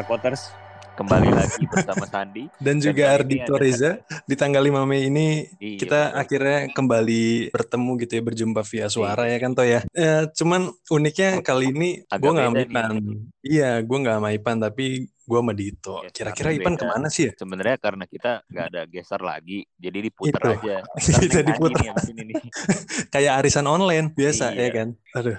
Ngepoters kembali lagi bersama Sandi dan juga Ardhito Reza. Di tanggal 5 Mei ini kita akhirnya kembali bertemu gitu ya, berjumpa via suara ya kan Toh ya. Cuman uniknya kali ini gue nggak sama Ipan. Iya, gue nggak sama Ipan tapi gue sama Dito. Kira-kira Ipan kemana sih ya? Sebenarnya karena kita nggak ada geser lagi, jadi diputer itu aja. Kita diputer. Kayak arisan online biasa ya kan. Aduh.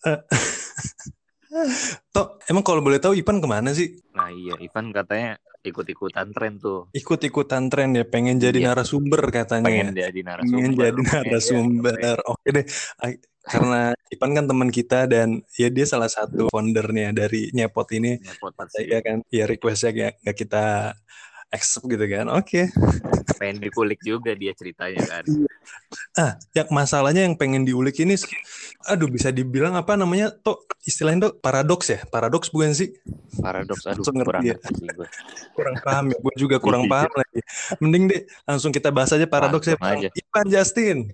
Toh, emang kalau boleh tahu Ipan kemana sih? Nah iya, Ipan katanya ikut-ikutan tren tuh. Ikut-ikutan tren ya, pengen jadi narasumber katanya. Pengen jadi narasumber. Oke deh. Karena Ipan kan teman kita dan ya dia salah satu foundernya dari Nyepot ini. Ya kan, ya requestnya nggak kita accept gitu kan. Oke. Pengen dikulik juga dia ceritanya kan. Yang masalahnya yang pengen diulik ini, bisa dibilang apa namanya Toh, istilahnya Toh paradoks ya, paradoks bukan sih? Paradoks, kurang ya. Kurang paham ya, gue juga kurang paham lagi. Mending deh langsung kita bahas aja paradoks ya, Ipan Justin.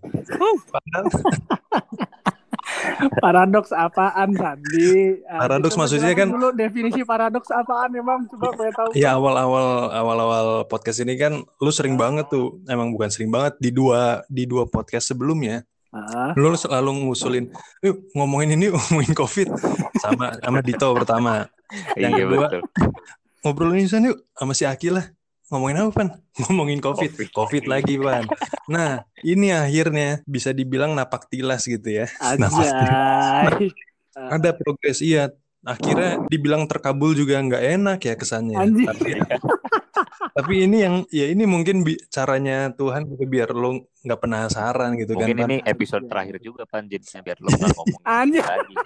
Paradoks apaan Sandi? Paradoks maksudnya kan dulu definisi paradoks apaan emang, coba gue tahu. Ya awal podcast ini kan lu sering banget tuh, emang bukan sering banget di dua podcast sebelumnya. Lu selalu ngusulin, yuk ngomongin COVID sama Dito pertama. Yang kedua ngobrolin yuk sama si Aki lah. Ngomongin apa Pan? Ngomongin COVID lagi Pan. Nah ini akhirnya bisa dibilang napak tilas gitu ya. Ada progres, iya. Akhirnya dibilang terkabul juga nggak enak ya kesannya. Tapi ini mungkin caranya Tuhan biar lo nggak penasaran gitu. Mungkin kan. Mungkin ini episode terakhir juga Pan, jadinya biar lo nggak ngomong lagi.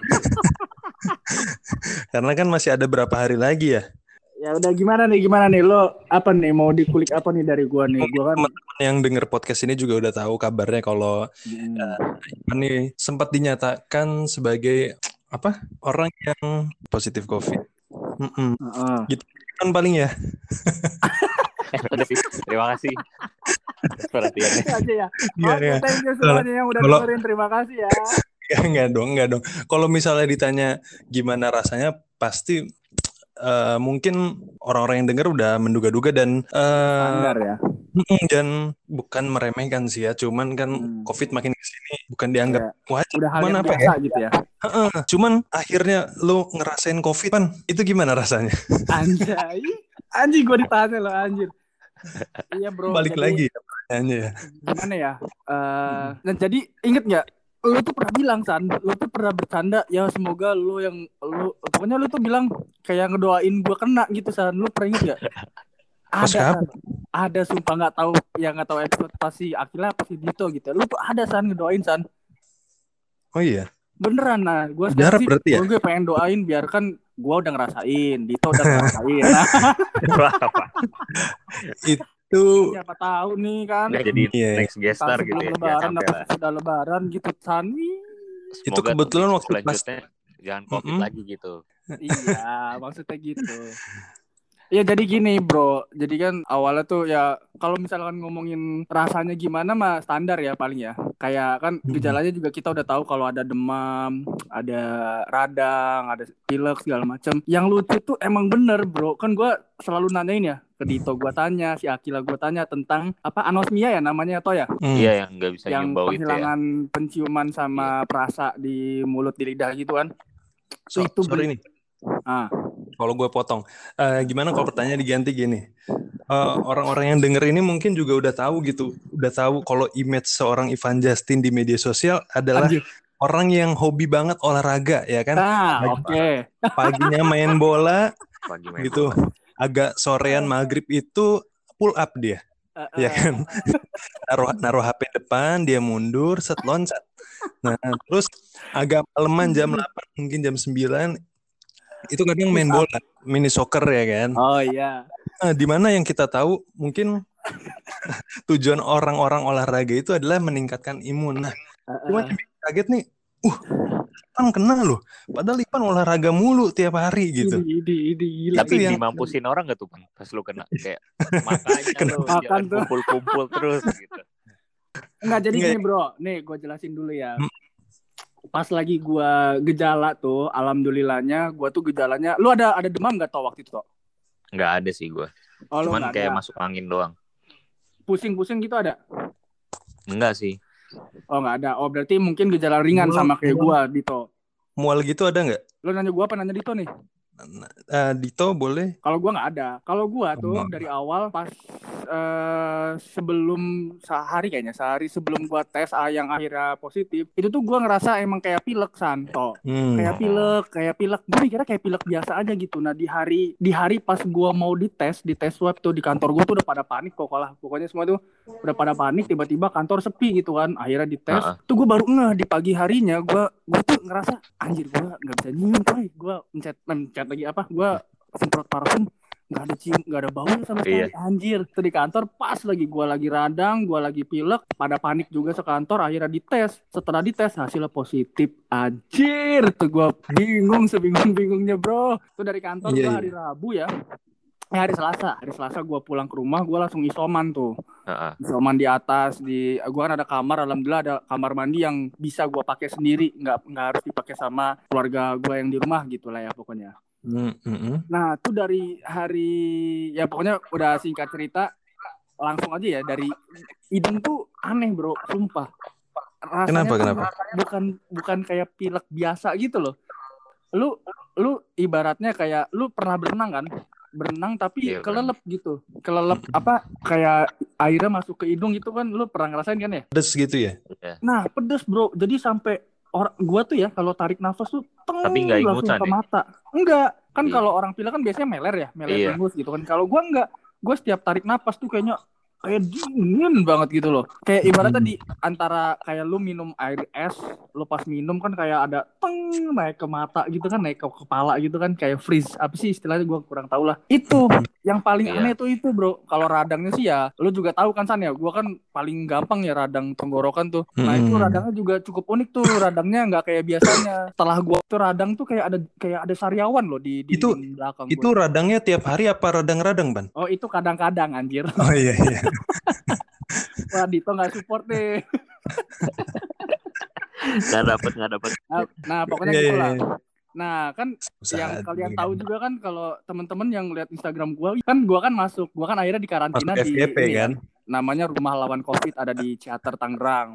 Karena kan masih ada berapa hari lagi ya. Ya udah gimana nih lo apa nih mau dikulik apa nih dari gua nih? Gua kan teman-teman yang denger podcast ini juga udah tahu kabarnya kalau ini sempat dinyatakan sebagai orang yang positif COVID. Gitu kan paling ya. Udah sih, terima kasih perhatiannya. Oke, thank you semuanya yang udah dengerin, terima kasih ya. Enggak dong. Kalau misalnya ditanya gimana rasanya, pasti mungkin orang-orang yang dengar udah menduga-duga dan standar ya. Dan bukan meremehkan sih ya, cuman kan COVID makin kesini bukan dianggap wajar, udah hal yang biasa gitu ya. Cuman akhirnya lo ngerasain COVID Pan, itu gimana rasanya? Anjing gue ditanya lo anjir. Iya bro. Balik lagi ya pertanyaannya ya. Gimana ya? Dan jadi inget nggak? Lu tuh pernah bilang lu tuh pernah bercanda ya, semoga pokoknya lu tuh bilang kayak ngedoain gue kena gitu lu pernah inget gak? Ada sumpah nggak tahu episode pasti Akila pasti Dito gitu. Lu tuh ada ngedoain Oh iya. Beneran gue sekarang sih gue pengen doain biarkan gue udah ngerasain, Dito udah ngerasain. Itu siapa tahu nih kan. Jadi next guest star gitu ya. Lebaran sudah lebaran gitu Itu kebetulan waktu selanjutnya jangan COVID lagi gitu. Iya, maksudnya gitu. Ya jadi gini bro, jadi kan awalnya tuh ya kalau misalkan ngomongin rasanya gimana mah standar ya paling ya. Kayak kan gejalanya juga kita udah tahu kalau ada demam, ada radang, ada pilek segala macam. Yang lucu tuh emang bener bro, kan gue selalu nanyain ya ke Dito, gue tanya, si Akila gue tanya tentang anosmia ya namanya Toh ya. Iya yang nggak bisa nyimbau itu ya. Yang penghilangan penciuman sama perasa di mulut di lidah gitu kan. Sorry nih. Kalau gue potong, gimana kalau pertanyaan diganti gini? Orang-orang yang denger ini mungkin juga udah tahu kalau image seorang Ipan Justin di media sosial adalah orang yang hobi banget olahraga ya kan? Oke. Paginya main bola, gitu. Agak sorean maghrib itu pull up dia, ya kan? Naruh HP depan, dia mundur, loncat. Nah, terus agak maleman jam 8 mungkin jam 9 itu kadang main bola, mini soccer ya kan. Oh iya. Di mana yang kita tahu mungkin tujuan orang-orang olahraga itu adalah meningkatkan imun. Nah, cuma kaget nih, Ipan kena loh. Padahal Ipan olahraga mulu tiap hari gitu. Gila. Tapi yang mampusin orang gak tuh Bang? Pas lu kena kayak makanya lu jangan kumpul-kumpul terus gitu. Enggak, jadi gini bro, nih gue jelasin dulu ya. Pas lagi gue gejala tuh, alhamdulillahnya gue tuh gejalanya, lu ada demam gak tau waktu itu Toh? Nggak ada sih gue. Cuman kayak masuk angin doang. Pusing-pusing gitu ada? Enggak sih. Oh nggak ada. Oh berarti mungkin gejala ringan sama kayak gue, Dito. Mual gitu ada nggak? Lo nanya gue apa nanya Dito nih? Dito boleh. Kalau gue nggak ada. Kalau gue tuh dari awal pas sebelum sehari sebelum gue tes yang akhirnya positif, itu tuh gue ngerasa emang kayak pilek Santo. Kayak pilek. Gue kira kayak pilek biasa aja gitu. Nah di hari pas gue mau di tes swab tuh di kantor gue tuh udah pada panik pokoknya semua tuh udah pada panik, tiba-tiba kantor sepi gitu kan. Akhirnya di tes tuh gue baru ngeh di pagi harinya gue tuh ngerasa anjir gue nggak bisa nyium coy. Gue mencet lagi gue semprot parfum nggak ada cium, nggak ada bau sama sekali. Anjir, tuh di kantor pas lagi gue lagi radang, gue lagi pilek, pada panik juga sekantor. Akhirnya dites, setelah dites hasilnya positif. Anjir, tuh gue bingung sebingung-bingungnya bro. Tuh dari kantor gue hari Rabu ya. Hari Selasa gue pulang ke rumah, gue langsung isoman tuh. Isoman di atas, gue kan ada kamar, alhamdulillah ada kamar mandi yang bisa gue pakai sendiri, nggak harus dipakai sama keluarga gue yang di rumah gitu lah ya pokoknya. Nah tuh dari hari ya pokoknya udah singkat cerita langsung aja ya, dari hidung tuh aneh bro, sumpah. Rasanya kenapa? Bukan kayak pilek biasa gitu loh. Lu ibaratnya kayak lu pernah berenang tapi kelelep gitu. Kelelep kayak airnya masuk ke hidung gitu kan, lu pernah ngerasain kan ya? Pedes gitu ya? Nah pedes bro, jadi sampai gua tuh ya kalau tarik nafas tuh tapi nggak ikutan ke mata. Enggak, kan kalau orang pilek kan biasanya meler tembus gitu kan. Kalau gua enggak, gua setiap tarik nafas tuh kayak dingin banget gitu loh. Kayak ibaratnya di antara kayak lu minum air es, lu pas minum kan kayak ada naik ke mata gitu kan, naik ke kepala gitu kan, kayak freeze. Apa sih istilahnya gua kurang tahu lah. Itu yang paling aneh tuh itu bro. Kalau radangnya sih ya, lu juga tahu kan San ya, gua kan paling gampang ya radang tenggorokan tuh. Nah itu radangnya juga cukup unik tuh, radangnya nggak kayak biasanya. Setelah gua tuh radang tuh kayak ada sariawan loh di belakang gua. Itu radangnya tiap hari apa radang-radang Ban? Oh itu kadang-kadang anjir. Oh iya. Wah Dito nggak support deh. Nggak dapet. Nah pokoknya gitu lah. Nah kan yang kalian tahu juga kan, kalau teman-teman yang lihat Instagram gue kan akhirnya di karantina di FGP, kan? Namanya Rumah Lawan COVID, ada di Ciater Tangerang.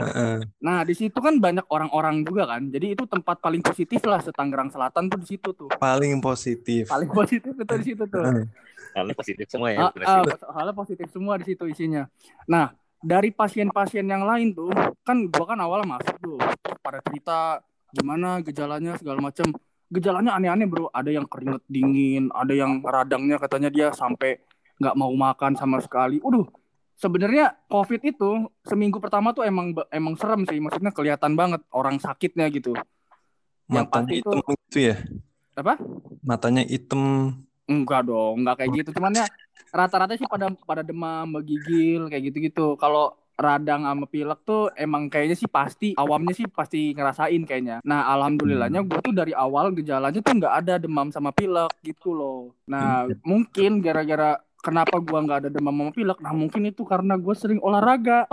Nah di situ kan banyak orang-orang juga kan, jadi itu tempat paling positif lah se-Tangerang Selatan tuh di situ tuh. Paling positif itu di situ tuh. Soalnya positif semua ya. Soalnya positif semua di situ isinya. Nah dari pasien-pasien yang lain tuh kan gua kan awal masuk tuh pada cerita gimana gejalanya segala macam. Gejalanya aneh-aneh bro, ada yang keringet dingin, ada yang radangnya katanya dia sampai nggak mau makan sama sekali. Sebenarnya COVID itu seminggu pertama tuh emang serem sih, maksudnya kelihatan banget orang sakitnya gitu. Matanya hitam itu ya? Apa? Matanya hitam. Enggak dong, enggak kayak gitu. Cuman ya rata-rata sih pada demam, menggigil kayak gitu-gitu. Kalau radang sama pilek tuh emang kayaknya sih awamnya sih pasti ngerasain kayaknya. Nah alhamdulillahnya gue tuh dari awal gejalanya tuh nggak ada demam sama pilek gitu loh. Nah mungkin gara-gara kenapa gue nggak ada demam sama pilek, nah mungkin itu karena gue sering olahraga.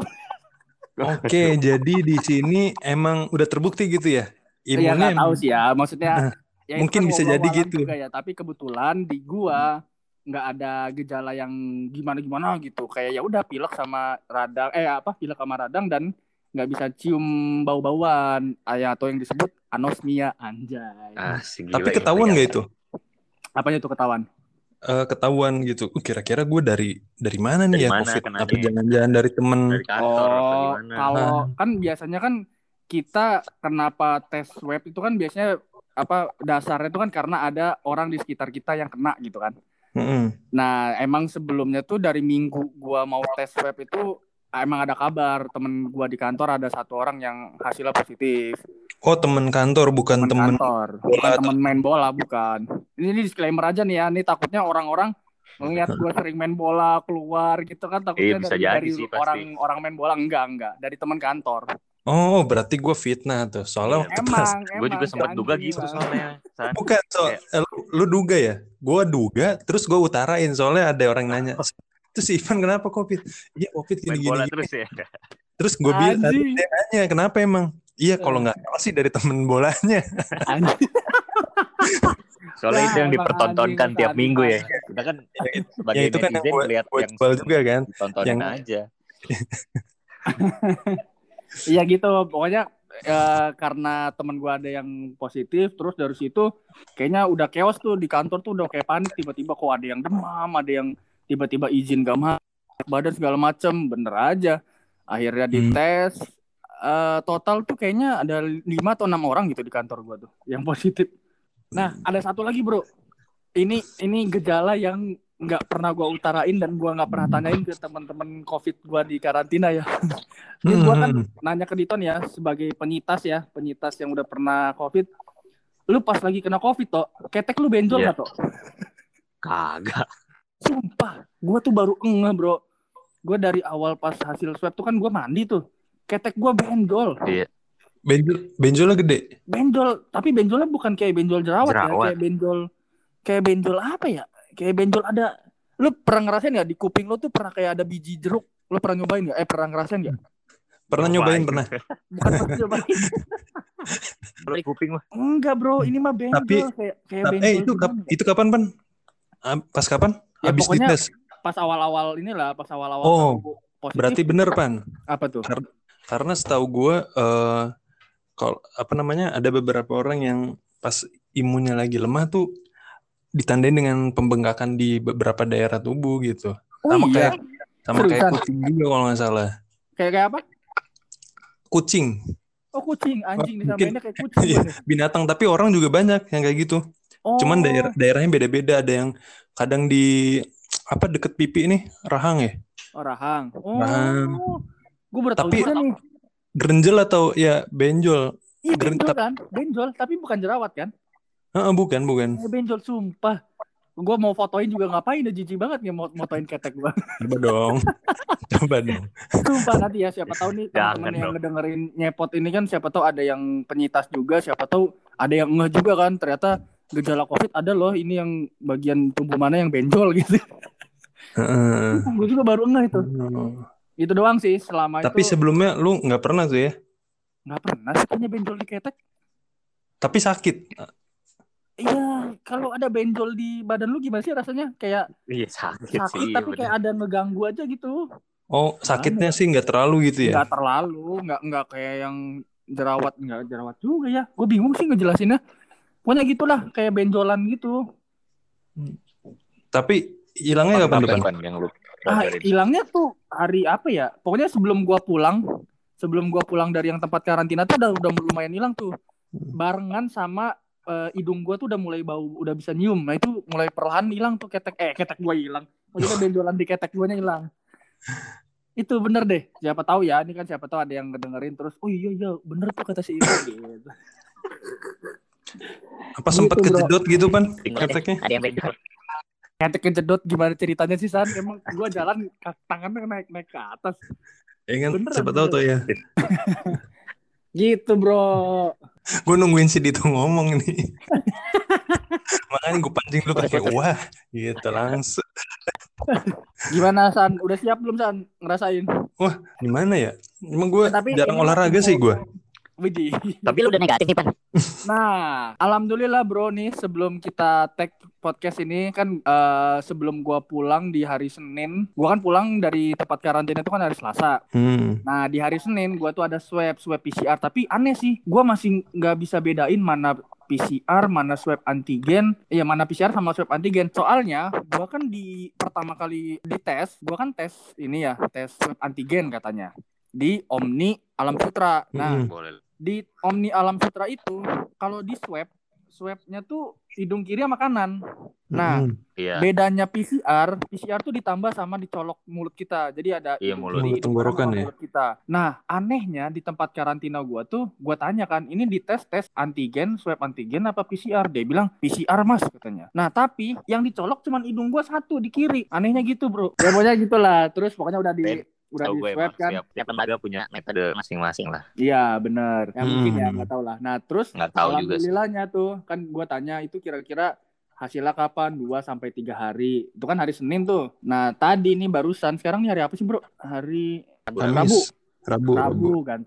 Oke, jadi di sini emang udah terbukti gitu ya? Iya nggak tahu sih ya, maksudnya ya mungkin bisa jadi gitu juga ya, tapi kebetulan di gua nggak ada gejala yang gimana gitu, kayak ya udah pilek sama radang pilek sama radang dan nggak bisa cium bau-bauan atau yang disebut anosmia anjay. Tapi ketahuan nggak itu? Apanya tuh ketahuan? Ketahuan gitu. Kira-kira gue dari mana nih ya COVID? Apa jangan-jangan dari temen? Dari kantor atau gimana? Kalau kan biasanya kan kita kenapa tes swab itu kan biasanya dasarnya itu kan karena ada orang di sekitar kita yang kena gitu kan. Nah emang sebelumnya tuh dari minggu gua mau tes swab itu emang ada kabar temen gua di kantor ada satu orang yang hasilnya positif. Oh temen kantor bukan temen kantor, bukan temen main bola bukan. Ini disclaimer aja nih ya, ini takutnya orang-orang ngeliat gua sering main bola keluar gitu kan, takutnya dari sih, orang main bola. Enggak dari teman kantor. Oh, berarti gue fitnah tuh. Soalnya gue juga sempat duga gitu soalnya. Bukan, lu duga ya? Gue duga, terus gue utarain soalnya ada orang nanya. Itu si Ivan kenapa COVID? Iya COVID gini-gini. Terus ya. Terus gue bilang, dia nanya kenapa emang? Iya kalau nggak salah sih dari temen bolanya. Soalnya itu yang dipertontonkan tiap minggu ya. Kita kan sebagai itu kan netizen lihat yang juga kan. Tontonin aja. Iya gitu, pokoknya karena teman gue ada yang positif, terus dari situ kayaknya udah chaos tuh di kantor tuh, udah kayak panik, tiba-tiba kok ada yang demam, ada yang tiba-tiba izin gak masuk badan segala macem, bener aja. Akhirnya dites, total tuh kayaknya ada 5 atau 6 orang gitu di kantor gue tuh yang positif. Nah ada satu lagi bro, ini gejala yang nggak pernah gue utarain dan gue nggak pernah tanyain ke teman-teman COVID gue di karantina ya. Ini gue kan nanya ke Diton ya sebagai penyintas yang udah pernah COVID. Lu pas lagi kena COVID toh, ketek lu benjol nggak toh? Kagak. Sumpah, gue tuh baru ngeh bro. Gue dari awal pas hasil swab tuh kan gue mandi tuh, ketek gue benjol. Iya. Benjolnya gede. Benjol, tapi benjolnya bukan kayak benjol jerawat. Ya, kayak benjol apa ya? Kayak benjol ada. Lu pernah ngerasain nggak di kuping lu tuh pernah kayak ada biji jeruk? Lu pernah nyobain nggak? Pernah ngerasain nggak? Pernah nyobain. Bukan pernah nyobain. Di kuping mah. Enggak bro, ini mah benjol. Tapi, kayak benjol. Itu kapan Pan? Pas kapan? Ya, habis pokoknya dites. Pas awal-awal inilah, pas awal-awal positif. Berarti bener Pan. Apa tuh? Karena setahu gue kalau ada beberapa orang yang pas imunnya lagi lemah tuh ditandain dengan pembengkakan di beberapa daerah tubuh gitu. Kayak kucing juga kalau nggak salah. Kayak apa? Kucing. Oh kucing, anjing disamainnya kayak kucing. Binatang, tapi orang juga banyak yang kayak gitu. Cuman daerahnya beda-beda. Ada yang kadang di deket pipi nih, rahang ya? Oh rahang. Rahang. Gue baru tahu juga nih. Grenjel atau ya benjol? Iya benjol kan, benjol tapi bukan jerawat kan? Bukan. Benjol sumpah. Gue mau fotoin juga ngapain, udah jijik banget ya mau fotoin ketek gue. Coba dong. Sumpah nanti ya, siapa tahu nih teman-teman yang ngedengerin nyepot ini kan, siapa tahu ada yang penyintas juga, siapa tahu ada yang ngeh juga kan, ternyata gejala COVID ada loh, ini yang bagian tubuh mana yang benjol gitu. Gue juga baru ngeh itu. Itu doang sih selama Tapi sebelumnya lu nggak pernah tuh ya? Nggak pernah sih kayaknya benjol di ketek. Tapi sakit. Iya, kalau ada benjol di badan lu gimana sih rasanya? Kayak sakit sih, tapi kayak ada ngeganggu aja gitu. Oh, sakitnya sih nggak terlalu gitu ya? Nggak terlalu, nggak kayak yang jerawat, nggak jerawat juga ya. Gue bingung sih ngejelasinnya. Pokoknya gitulah, kayak benjolan gitu. Tapi hilangnya kapan depan? Hilangnya tuh hari apa ya? Pokoknya sebelum gua pulang dari yang tempat karantina tuh udah lumayan hilang tuh. Barengan sama hidung gue tuh udah mulai bau, udah bisa nyium. Nah itu mulai perlahan hilang tuh ketek gue hilang. Maksudnya benjolan di ketek gue hilang. Itu bener deh. Siapa tahu ya, ini kan siapa tahu ada yang ngedengerin terus. Oh iya bener tuh kata si Ibu gitu. Apa sempat kejedot gitu Pan keteknya? Ada yang benjol. Ketek kejedot gimana ceritanya sih San? Emang gue jalan tangannya naik ke atas. Ya kan, siapa tahu tuh ya. Gitu bro. Gue nungguin si Dito ngomong nih. Makanya gue pancing dulu kayak wah gitu langsung. Gimana San? Udah siap belum San? Ngerasain? Wah gimana ya? Emang gue jarang olahraga sih gue. Widih. Tapi lu udah negatif nih Pan. Nah, alhamdulillah bro nih, sebelum kita tag podcast ini kan sebelum gua pulang di hari Senin, gua kan pulang dari tempat karantina itu kan hari Selasa. Nah di hari Senin gua tuh ada swab PCR, tapi aneh sih, gua masih nggak bisa bedain mana PCR, mana swab antigen, mana PCR sama swab antigen. Soalnya gua kan di pertama kali dites, gua kan tes ini ya, tes swab antigen katanya di Omni Alam Sutra. Nah, di Omni Alam Sutra itu kalau di swabnya tuh hidung kiri sama kanan. Nah, bedanya PCR tuh ditambah sama dicolok mulut kita. Jadi ada mulut tenggorokan ya. Mulut kita. Nah, anehnya di tempat karantina gua tanya kan, ini dites antigen, swab antigen apa PCR? Dia bilang PCR Mas katanya. Nah, tapi yang dicolok cuman hidung gua satu di kiri. Anehnya gitu, Bro. Ya pokoknya gitulah. Terus pokoknya udah di swab kan. Tiap lembaga punya metode masing-masing lah. Iya benar. Ya mungkin ya nggak tahu lah. Nah terus alhamdulillahnya tuh kan gue tanya itu kira-kira hasilnya kapan? 2-3 hari. Itu kan hari Senin tuh. Nah tadi nih barusan, sekarang nih hari apa sih bro? Hari Rabu Rabu ganteng.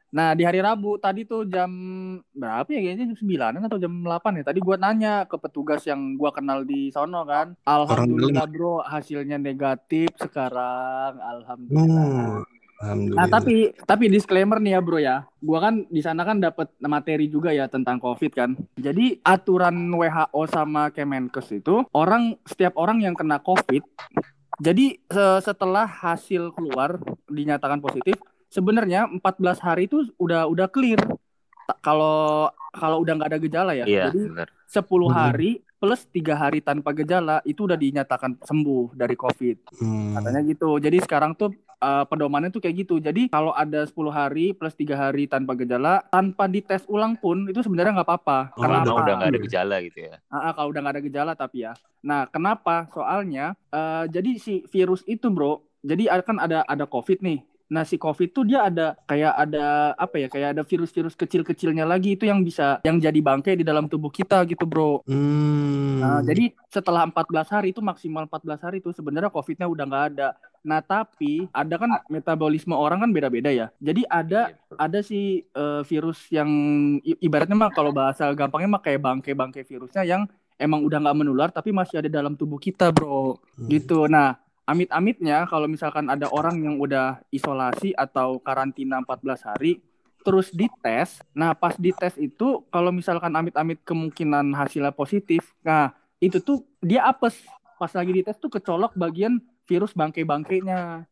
Nah, di hari Rabu tadi tuh jam berapa ya, kayaknya jam 9 atau jam 8 ya. Tadi gue nanya ke petugas yang gue kenal di sono kan. Alhamdulillah bro, hasilnya negatif sekarang. Alhamdulillah. Alhamdulillah. Nah, tapi disclaimer nih ya bro ya. Gue kan di sana kan dapat materi juga ya tentang COVID kan. Jadi aturan WHO sama Kemenkes itu setiap orang yang kena COVID, jadi setelah hasil keluar dinyatakan positif, sebenarnya 14 hari itu udah clear. Kalau udah nggak ada gejala ya. Iya, jadi bener. 10 hari plus 3 hari tanpa gejala itu udah dinyatakan sembuh dari COVID. Katanya gitu. Jadi sekarang tuh pedomannya tuh kayak gitu. Jadi kalau ada 10 hari plus 3 hari tanpa gejala, tanpa dites ulang pun itu sebenarnya nggak apa-apa. Karena udah nggak ada gejala gitu ya. Kalau udah nggak ada gejala tapi ya. Nah, kenapa? Soalnya jadi si virus itu bro, jadi kan ada COVID nih. Nah, si COVID tuh dia kayak ada virus-virus kecil-kecilnya lagi itu yang jadi bangkai di dalam tubuh kita gitu, bro. Nah, jadi setelah 14 hari itu maksimal 14 hari itu sebenarnya COVID-nya udah nggak ada. Nah, tapi ada kan metabolisme orang kan beda-beda ya. Jadi ada si virus yang ibaratnya mah kalau bahasa gampangnya mah kayak bangkai virusnya yang emang udah nggak menular tapi masih ada dalam tubuh kita, bro. Gitu. Nah, amit-amitnya kalau misalkan ada orang yang udah isolasi atau karantina 14 hari terus dites, nah pas dites itu kalau misalkan amit-amit kemungkinan hasilnya positif, nah itu tuh dia apes, pas lagi dites tuh kecolok bagian virus bangkai-bangkainya.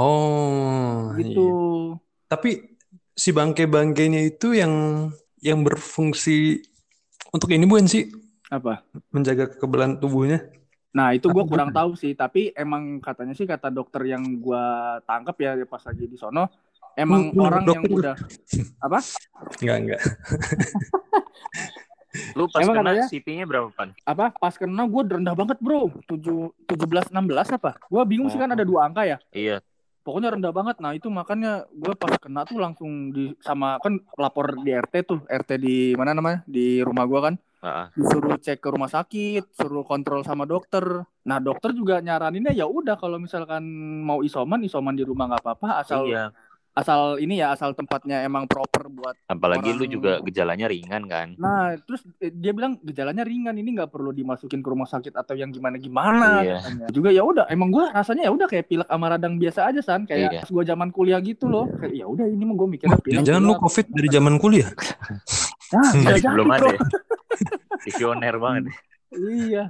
Gitu. Iya. Tapi si bangkai-bangkainya itu yang berfungsi untuk ini bukan sih? Apa? Menjaga kekebalan tubuhnya. Nah itu gue kurang tahu sih, tapi emang katanya sih kata dokter yang gue tangkap ya pas lagi di sono, emang orang yang udah apa? Enggak. Lu pas emang kena CP-nya berapa, Pan? Apa? Pas kena gue rendah banget bro, 17-16 apa? Gue bingung sih kan ada 2 angka ya. Iya. Pokoknya rendah banget. Nah itu makanya gue pas kena tuh langsung sama kan lapor di RT di mana namanya, di rumah gue kan. Disuruh cek ke rumah sakit, suruh kontrol sama dokter. Nah dokter juga nyaraninnya ya udah kalau misalkan mau isoman di rumah nggak apa-apa asal tempatnya emang proper buat. Apalagi lu juga gejalanya ringan kan. Nah terus dia bilang gejalanya ringan, ini nggak perlu dimasukin ke rumah sakit atau yang gimana katanya. Juga ya udah emang gue rasanya ya udah kayak pilek sama radang biasa aja San, kayak pas gue zaman kuliah gitu loh. Kayak ya udah ini mah gue mikirnya pilek. Jangan lu COVID dari zaman kuliah. Nah, belum ada. Visioner banget. Iya.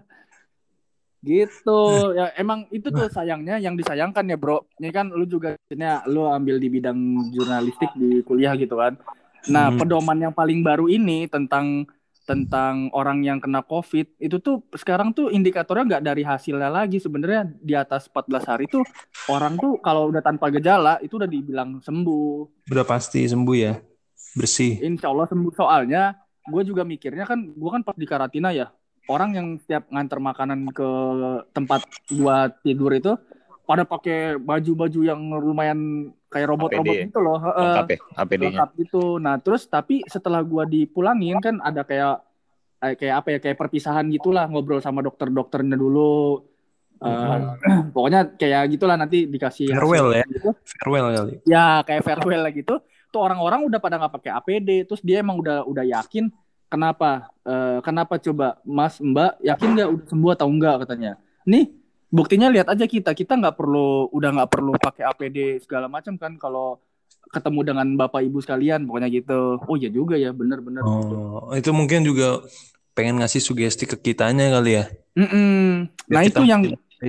Gitu. Ya emang itu tuh sayangnya, yang disayangkan ya, Bro. Ini kan lu juga lu ambil di bidang jurnalistik di kuliah gitu kan. Nah, pedoman yang paling baru ini tentang orang yang kena COVID itu tuh sekarang tuh indikatornya nggak dari hasilnya lagi. Sebenarnya di atas 14 hari tuh orang tuh kalau udah tanpa gejala itu udah dibilang sembuh. Udah pasti sembuh ya. Bersih. Insya Allah sembuh. Soalnya gue juga mikirnya kan, gue kan pas di karantina ya, orang yang setiap nganter makanan ke tempat buat tidur itu pada pakai baju-baju yang lumayan kayak robot-robot gitu loh. APD-nya. Lengkap gitu. Nah terus tapi setelah gue dipulangin kan ada kayak perpisahan gitulah, ngobrol sama dokternya dulu. Pokoknya kayak gitulah, nanti dikasih farewell ya gitu. Farewell kali ya, kayak farewell lah gitu. Tuh orang-orang udah pada nggak pakai APD, terus dia emang udah yakin. Kenapa coba Mas Mbak yakin nggak udah sembuh atau enggak, katanya. Nih buktinya lihat aja, kita nggak perlu pakai APD segala macam kan kalau ketemu dengan bapak ibu sekalian, pokoknya gitu. Oh iya juga ya, benar-benar. Itu mungkin juga pengen ngasih sugesti ke kitanya kali ya. Nah itu yang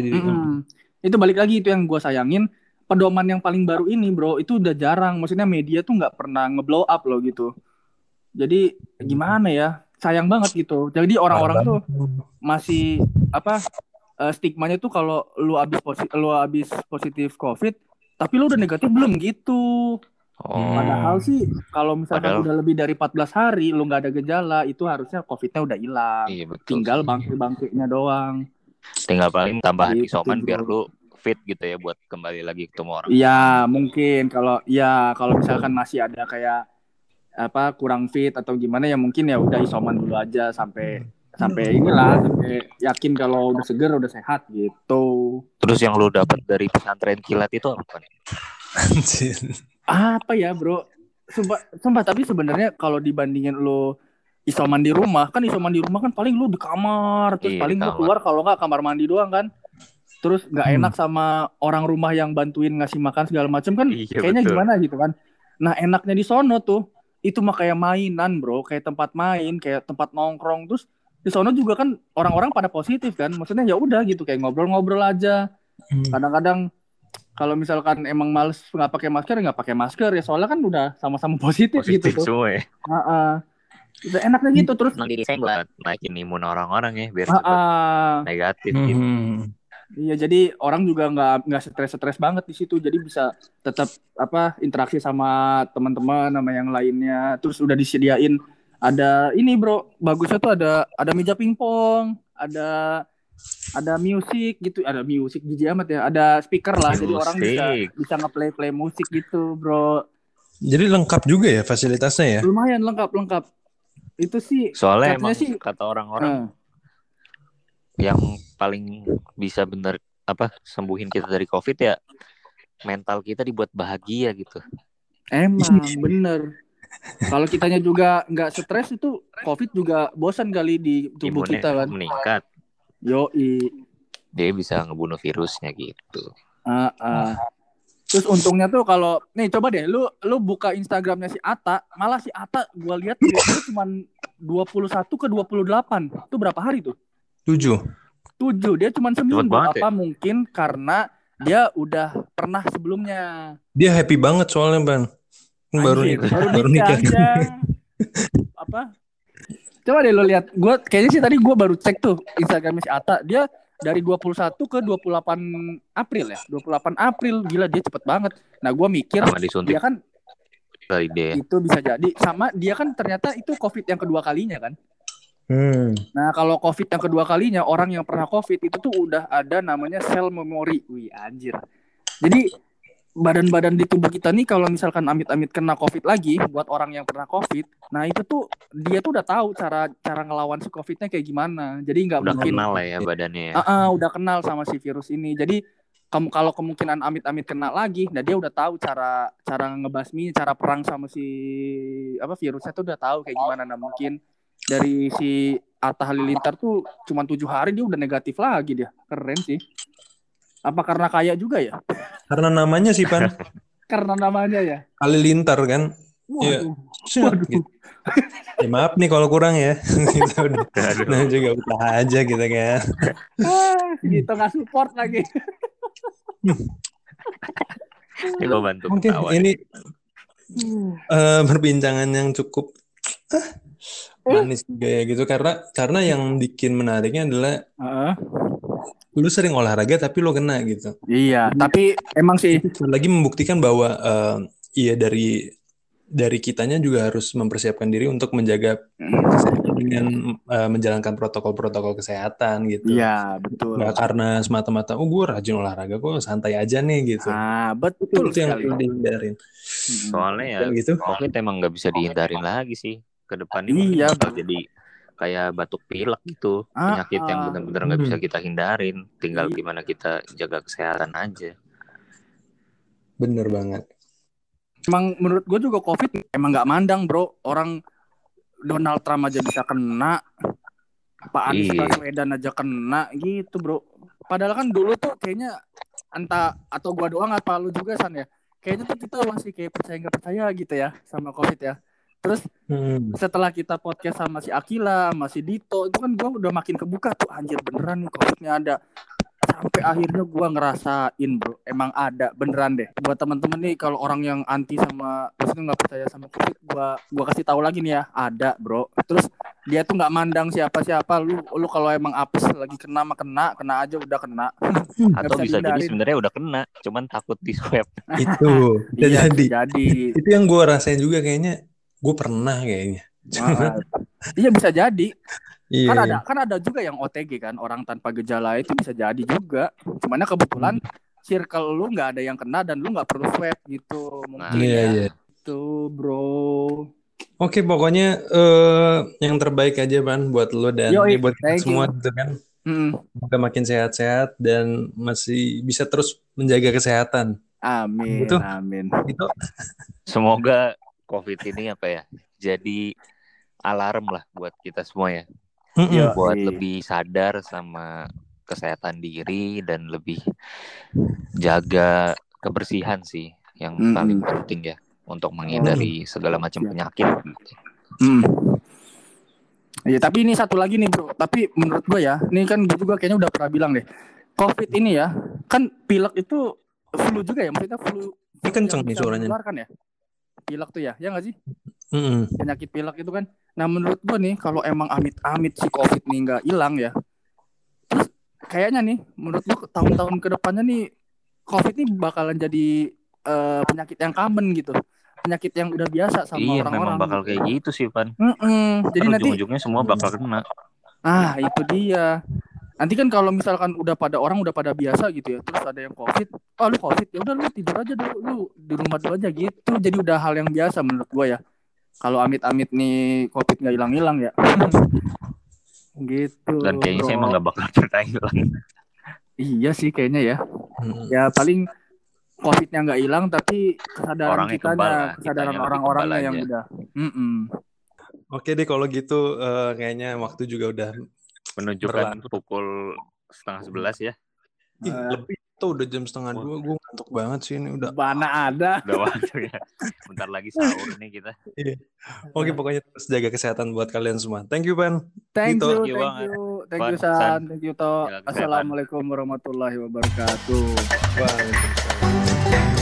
itu balik lagi, itu yang gue sayangin. Pedoman yang paling baru ini bro, itu udah jarang. Maksudnya media tuh gak pernah nge-blow up loh gitu. Jadi gimana ya, sayang banget gitu. Jadi orang-orang tuh masih stigmanya tuh kalau lu abis positif COVID tapi lu udah negatif belum gitu. Padahal sih kalau misalkan udah lebih dari 14 hari lu gak ada gejala, itu harusnya COVID-nya udah hilang. Iya, betul. Tinggal bangkit-bangkitnya doang. Tinggal paling tambahan isoman biar lu fit gitu ya buat kembali lagi ketemu orang. Iya, mungkin kalau misalkan masih ada kayak kurang fit atau gimana ya mungkin ya udah isoman dulu aja sampai yakin kalau udah seger, udah sehat gitu. Terus yang lu dapat dari pesantren kilat itu apa nih? Apa ya, Bro? Sumpah tapi sebenarnya kalau dibandingin lo isoman di rumah kan paling lu di kamar terus paling lu keluar kalau nggak kamar mandi doang kan. Terus nggak enak sama orang rumah yang bantuin ngasih makan segala macam kan, kayaknya betul. Gimana gitu kan. Nah enaknya di sono tuh itu mah kayak mainan bro, kayak tempat main, kayak tempat nongkrong. Terus di sono juga kan orang-orang pada positif kan, maksudnya ya udah gitu kayak ngobrol-ngobrol aja. Kadang-kadang kalau misalkan emang males nggak pakai masker ya soalnya kan udah sama-sama positif gitu tuh. Semua ya. Udah enaknya gitu terus. Nanti saya buat naikin imun orang-orang ya biar cepat negatif gitu. Iya jadi orang juga nggak stres banget di situ, jadi bisa tetap interaksi sama teman-teman sama yang lainnya. Terus udah disediain ada ini bro, bagusnya tuh ada meja pingpong, ada musik gitu, ada musik DJ amat ya, ada speaker lah, jadi orang bisa nge-play musik gitu bro. Jadi lengkap juga ya fasilitasnya ya? Lumayan lengkap. Itu sih soalnya emang kata orang-orang yang paling bisa bener sembuhin kita dari COVID ya mental kita dibuat bahagia gitu. Emang bener. Kalau kitanya juga nggak stres itu COVID juga bosan kali di tubuh imunnya kita kan. Meningkat. Yoi. Dia bisa ngebunuh virusnya gitu. Terus untungnya tuh kalau nih coba deh lu buka Instagramnya si Atta, malah si Atta gua lihat dia cuma 21 ke 28. Itu berapa hari tuh? 7. Dia cuma seminggu. Apa mungkin karena dia udah pernah sebelumnya. Dia happy banget soalnya Ban. Baru nikah. Coba deh lo lihat. Gua kayaknya sih tadi gua baru cek tuh Instagram si Atta. Dia dari 21 ke 28 April ya. 28 April. Gila dia cepet banget. Nah gua mikir dia kan itu bisa jadi sama dia kan ternyata itu COVID yang kedua kalinya kan. Nah kalau COVID yang kedua kalinya, orang yang pernah COVID itu tuh udah ada namanya sel memori. Wih anjir. Jadi badan-badan di tubuh kita nih kalau misalkan amit-amit kena COVID lagi, buat orang yang pernah COVID, nah itu tuh dia tuh udah tahu cara ngelawan si COVID-nya kayak gimana. Jadi nggak mungkin. Udah kenal lah ya badannya. Udah kenal sama si virus ini. Jadi kalau kemungkinan amit-amit kena lagi, nah dia udah tahu cara ngebasmi, cara perang sama si virusnya tuh udah tahu kayak gimana. Nah mungkin dari si Atta Halilintar tuh cuma 7 hari dia udah negatif lagi dia. Keren sih. Apa karena kaya juga ya? Karena namanya sih Pan. Karena namanya ya. Halilintar kan. Iya. Gitu. Ya maaf nih kalau kurang ya. Kita udah juga usaha aja gitu kan. Gitu nggak support lagi. Coba bantu. Mungkin ini perbincangan yang cukup manis juga ya gitu karena yang bikin menariknya adalah lu sering olahraga tapi lu kena gitu. Iya, tapi emang sih lagi membuktikan bahwa iya dari kitanya juga harus mempersiapkan diri untuk menjaga dengan menjalankan protokol kesehatan gitu. Iya, betul. Nggak karena semata-mata gue rajin olahraga kok santai aja nih gitu. Betul itu yang perlu dihindarin. Soalnya ya gitu. COVID emang nggak bisa dihindarin lagi sih. Ke depan ini jadi kayak batuk pilek gitu, penyakit yang benar-benar nggak bisa kita hindarin, tinggal gimana kita jaga kesehatan aja. Bener banget. Emang menurut gue juga COVID emang nggak mandang bro, orang Donald Trump aja bisa kena, Pak Anies Baswedan aja kena gitu bro. Padahal kan dulu tuh kayaknya entah atau gua doang apa lu juga San ya, kayaknya tuh kita masih kayak percaya nggak percaya gitu ya sama COVID ya. Terus setelah kita podcast sama si Akila, sama si Dito, itu kan gue udah makin kebuka tuh, anjir beneran nih COVID-nya ada. Sampai akhirnya gue ngerasain bro, emang ada beneran deh. Buat teman-teman nih kalau orang yang anti sama, maksudnya nggak percaya sama COVID, gue kasih tahu lagi nih ya, ada bro. Terus dia tuh nggak mandang siapa-siapa, lu kalau emang apes lagi kena aja udah kena. Atau bisa jadi sebenarnya udah kena, cuman takut di swab. Itu bisa jadi. Itu yang gue rasain juga kayaknya. Gue pernah kayaknya. Iya bisa jadi. Iya. Kan ada juga yang OTG kan, orang tanpa gejala itu bisa jadi juga. Cuman kebetulan circle lu nggak ada yang kena dan lu nggak perlu swab gitu mungkin. Iya. Tuh bro. Oke pokoknya yang terbaik aja Ban buat lu dan buat kita semua gitu kan. Semoga makin sehat-sehat dan masih bisa terus menjaga kesehatan. Amin. Gitu? Amin. Gitu. Semoga COVID ini apa ya? Jadi alarm lah buat kita semua ya. Buat lebih sadar sama kesehatan diri dan lebih jaga kebersihan sih yang paling penting ya untuk menghindari segala macam penyakit gitu. Ya, tapi ini satu lagi nih bro. Tapi menurut gue ya, ini kan gue juga kayaknya udah pernah bilang deh. COVID ini ya, kan pilek itu flu juga ya, maksudnya flu. Ini kenceng nih suaranya. Ya? Pilek tuh ya nggak sih? Penyakit pilek itu kan. Nah menurut gue nih, kalau emang amit-amit si COVID nih nggak hilang ya, terus kayaknya nih, menurut gue tahun-tahun kedepannya nih, COVID ini bakalan jadi penyakit yang common gitu. Penyakit yang udah biasa sama orang-orang. Memang bakal kayak gitu sih, Pan. Jadi nanti ujung-ujungnya semua bakal kena. Itu dia. Nanti kan kalau misalkan udah pada biasa gitu ya, terus ada yang COVID, lu COVID, ya udah lu tidur aja dulu, lu di rumah dulu aja gitu. Jadi udah hal yang biasa menurut gua ya. Kalau amit-amit nih COVID nggak hilang-hilang ya. Gitu. Dan kayaknya sih emang nggak bakal pernah hilang. Iya sih kayaknya ya. Ya paling COVID-nya nggak hilang, tapi kesadaran kesadaran orang-orangnya yang udah. Oke deh kalau gitu, kayaknya waktu juga udah menunjukkan pukul 10:30 ya. Lebih tuh udah jam 1:30, gue ngantuk banget sih ini udah. Mana ada. Udah waktu ya. Bentar lagi sahur nih kita. Oke, pokoknya terus jaga kesehatan buat kalian semua. Thank you, Pan. Thank you, San. Thank you, To. Assalamualaikum warahmatullahi wabarakatuh. Waalaikumsalam.